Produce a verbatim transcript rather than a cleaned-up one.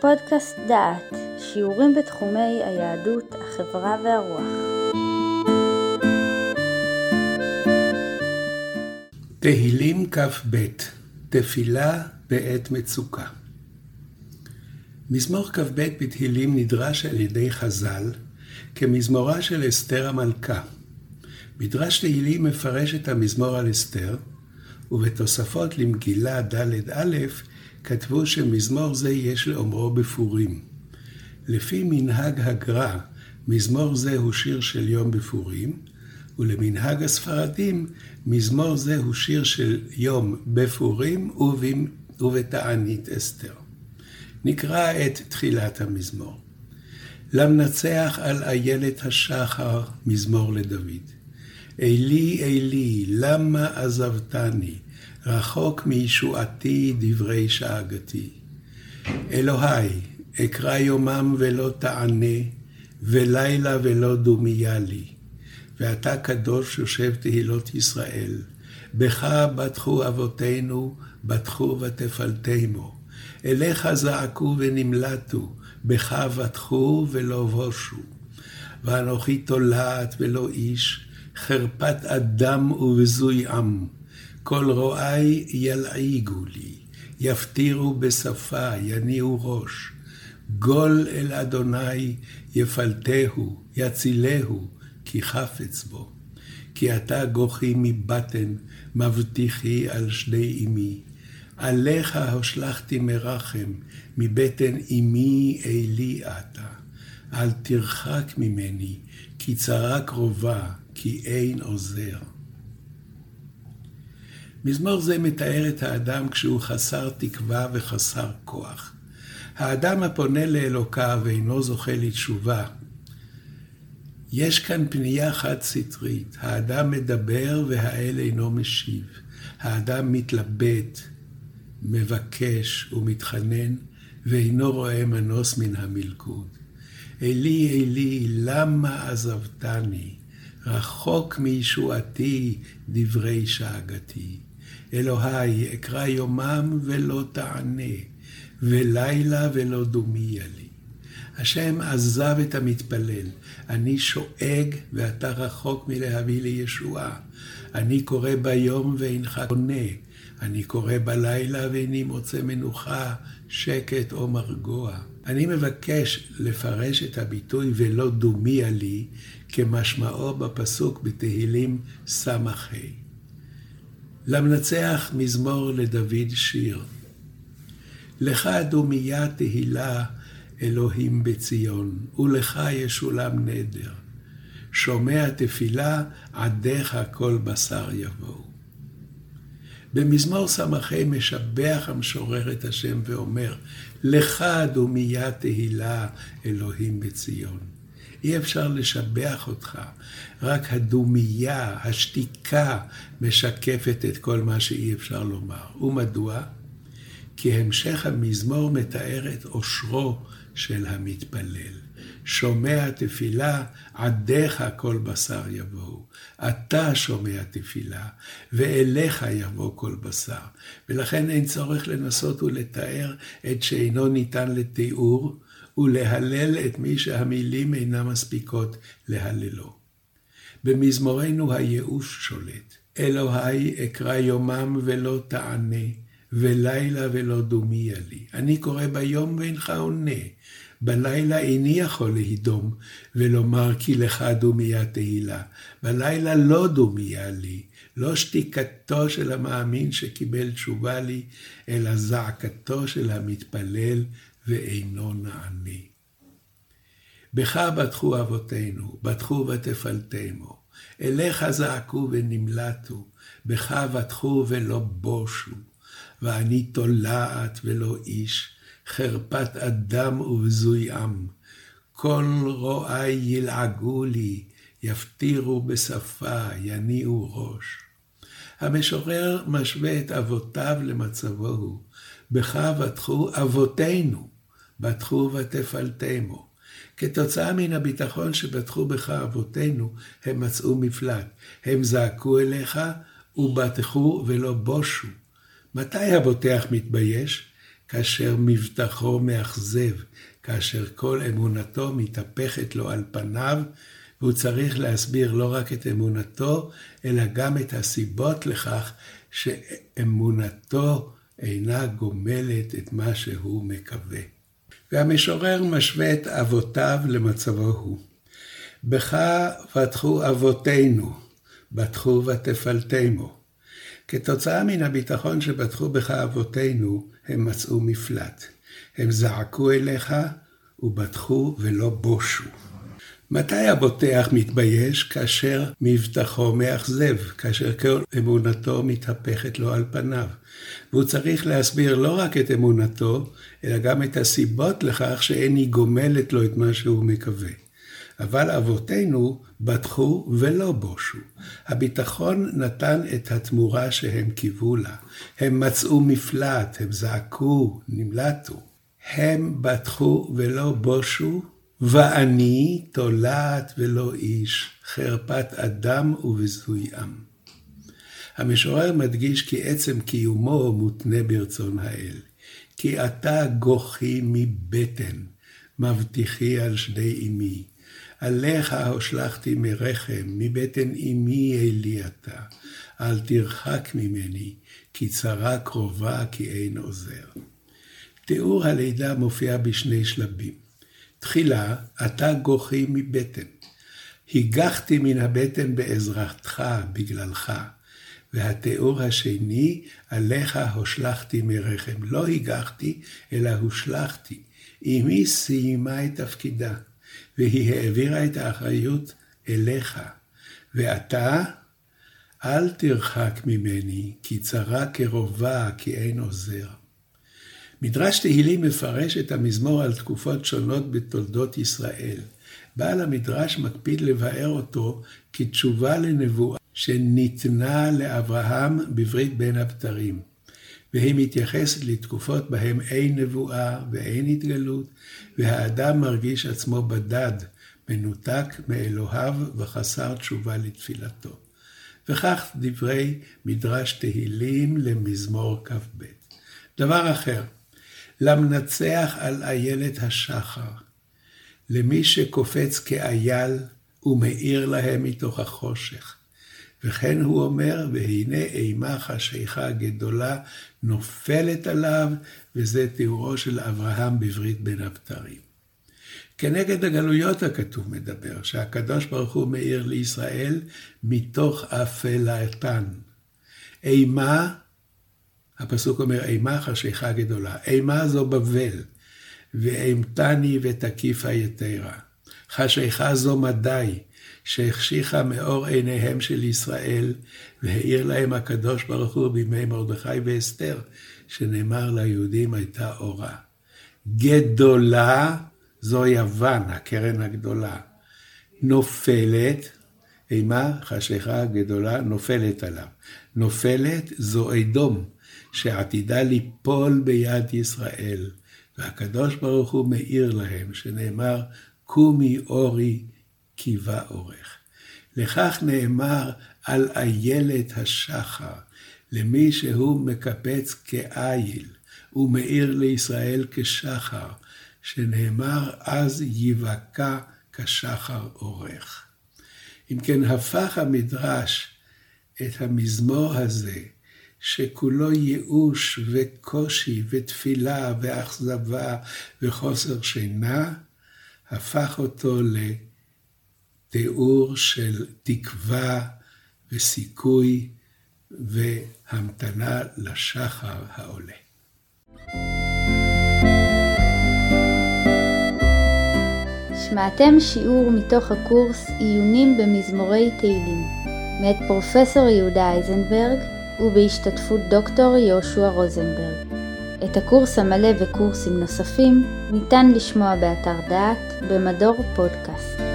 פודקאסט דעת, שיעורים בתחומי היהדות, החברה והרוח. תהילים כ"ב, תפילה בעת מצוקה. מזמור כ"ב בתהילים נדרש על ידי חז"ל כמזמורה של אסתר המלכה. מדרש תהילים מפרש את המזמור על אסתר, ובתוספות למגילה ד' א' כתבו שמזמור זה יש לאומרו בפורים. לפי מנהג הגר"א, מזמור זה הוא שיר של יום בפורים, ולמנהג הספרדים, מזמור זה הוא שיר של יום בפורים ובתענית אסתר. נקרא את תחילת המזמור. למנצח על איילת השחר, מזמור לדוד. אלי אלי, למה עזבתני? רחוק מישועתי דברי שאגתי. אלוהי, אקרא יומם ולא תענה, ולילה ולא דומיה לי. ואתה קדוש יושב תהילות ישראל. בך בטחו אבותינו, בטחו ותפלתמו. אליך זעקו ונמלטו, בך בטחו ולא בושו. ואנוכי תולעת ולא איש, חרפת אדם ובזוי עם. כל רואי ילעיגו לי, יפטירו בשפה, יניעו ראש. גול אל אדוני יפלתהו, יצילהו, כי חפץ בו. כי אתה גוחי מבטן, מבטיחי על שדי אמי. עליך השלכתי מרחם, מבטן אמי אלי אתה. אל תרחק ממני, כי צרה קרובה, כי אין עוזר. מזמור זה מתאר את האדם כשהוא חסר תקווה וחסר כוח. האדם הפונה לאלוקיו ואינו זוכה לתשובה. יש כאן פנייה חד סטרית. האדם מדבר והאל אינו משיב. האדם מתלבט, מבקש ומתחנן, ואינו רואה מנוס מן המלכוד. אלי אלי, למה עזבתני? רחוק מישועתי דברי שאגתי. אלוהי, אקרא יומם ולא תענה, ולילה ולא דומיה לי. השם עזב את המתפלל, אני שואג ואתה רחוק מלהביא לי ישועה. אני קורא ביום ואינך עונה, אני קורא בלילה ואיני מוצא מנוחה, שקט או מרגוע. אני מבקש לפרש את הביטוי ולא דומיה לי, כמשמעו בפסוק בתהילים סמ"ה. למנצח מזמור לדוד שיר. לך דומיה תהילה אלוהים בציון, ולך ישולם נדר. שומע תפילה, עדיך כל בשר יבואו. במזמור סמ"ה משבח המשורר את השם ואומר, לך דומיה תהילה אלוהים בציון. אי אפשר לשבח אותך, רק הדומיה, השתיקה, משקפת את כל מה שאי אפשר לומר. ומדוע? כי המשך המזמור מתאר את אושרו של המתפלל. שומע תפילה, עדיך כל בשר יבואו. אתה שומע תפילה, ואליך יבוא כל בשר. ולכן אין צורך לנסות ולתאר את שאינו ניתן לתיאור, ולהלל את מי שהמילים אינם מספיקות להללו. במזמורנו הייאוש שולט. אלוהי, אקרא יומם ולא תענה, ולילה ולא דומיה לי. אני קורא ביום ואינך עונה. בלילה איני יכול להידום ולומר כי לך דומיה תהילה. בלילה לא דומיה לי, לא שתיקתו של המאמין שקיבל תשובה לי, אלא זעקתו של המתפלל ואינו נענה. בך בטחו אבותינו, בטחו ותפלתמו. אליך זעקו ונמלטו, בך בטחו ולא בושו. ואני תולעת ולא איש, חרפת אדם ובזוי עם. כל רואי ילעגו לי, יפטירו בשפה, יניעו ראש. המשורר משווה את אבותיו למצבו הוא. בך בטחו אבותינו, בטחו ותפלתמו. כתוצאה מן הביטחון שבטחו בך אבותינו, הם מצאו מפלט. הם זעקו אליך ובטחו ולא בושו. מתי הבוטח מתבייש? כאשר מבטחו מאכזב, כאשר כל אמונתו מתהפכת לו על פניו, והוא צריך להסביר לא רק את אמונתו, אלא גם את הסיבות לכך שאמונתו אינה גומלת את מה שהוא מקווה. והמשורר משווה את אבותיו למצבו הוא. בך בטחו אבותינו, בטחו ותפלתמו. כתוצאה מן הביטחון שבטחו בך אבותינו, הם מצאו מפלט. הם זעקו אליך ובטחו ולא בושו. מתי הבוטח מתבייש? כאשר מבטחו מאכזב, כאשר כל אמונתו מתהפכת לו על פניו. והוא צריך להסביר לא רק את אמונתו, אלא גם את הסיבות לכך שאין היא גומלת לו את מה שהוא מקווה. אבל אבותינו בטחו ולא בושו. הביטחון נתן את התמורה שהם קיוו לה. הם מצאו מפלט, הם זעקו, נמלטו. הם בטחו ולא בושו, ואני תולעת ולא איש, חרפת אדם וביזוי עם. המשורר מדגיש כי עצם קיומו מותנה ברצון האל. כי אתה גוחי מבטן, מבטיחי על שדי אמי. עליך הושלכתי מרחם, מבטן אמי אלי אתה. אל תרחק ממני, כי צרה קרובה כי אין עוזר. תיאור הלידה מופיע בשני שלבים. תחילה, אתה גוחי מבטן. היגחתי מן הבטן בעזרתך, בגללך. והתיאור השני, עליך הושלכתי מרחם. לא היגחתי, אלא הושלכתי. אמי סיימה את תפקידה, והיא העבירה את האחריות אליך. ואתה, אל תרחק ממני, כי צרה קרובה, כי אין עוזר. מדרש תהילים מפרש את המזמור על תקופות שונות בתולדות ישראל. בעל המדרש מקפיד לבאר אותו כתשובה לנבואה שניתנה לאברהם בברית בין הבתרים. והיא מתייחסת לתקופות בהם אין נבואה ואין התגלות, והאדם מרגיש עצמו בדד, מנותק מאלוהיו וחסר תשובה לתפילתו. וכך דברי מדרש תהילים למזמור כ"ב. דבר אחר, למנצח על איילת השחר, למי שקופץ כאייל ומאיר להם מתוך החושך. וכן הוא אומר, והנה אימה חשיכה גדולה נופלת עליו, וזה תיאורו של אברהם בברית בין הבתרים. כנגד הגלויות הכתוב מדבר, שהקדוש ברוך הוא מאיר לישראל מתוך אפלתן. אימה, הפסוק אומר, אימה חשיכה גדולה. אימה זו בבל, ואימתני ותקיפה יתרה. חשיכה זו מדי, שהחשיכה מאור עיניהם של ישראל, והאיר להם הקדוש ברוך הוא בימי מרדכי ואסתר, שנאמר ליהודים הייתה אורה. גדולה זו יוון, הקרן הגדולה. נופלת, אימה חשיכה גדולה נופלת עליו. נופלת זו אדום, שעתידה ליפול ביד ישראל, והקדוש ברוך הוא מאיר להם, שנאמר, קומי אורי קיבה אורך. לכך נאמר על איילת השחר, למי שהוא מקפץ כאיל, ומאיר לישראל כשחר, שנאמר אז יבקע כשחר אורך. אם כן, הפך המדרש את המזמור הזה, שכולו ייאוש וקושי ותפילה ואכזבה וחוסר שינה, הפך אותו לתיאור של תקווה וסיכוי והמתנה לשחר העולה. שמעתם שיעור מתוך הקורס עיונים במזמורי תהילים, מאת פרופסור יהודה אייזנברג ובהשתתפות דוקטור יהושע רוזנברג. את הקורס המלא וקורסים נוספים ניתן לשמוע באתר דעת במדור פודקאסט.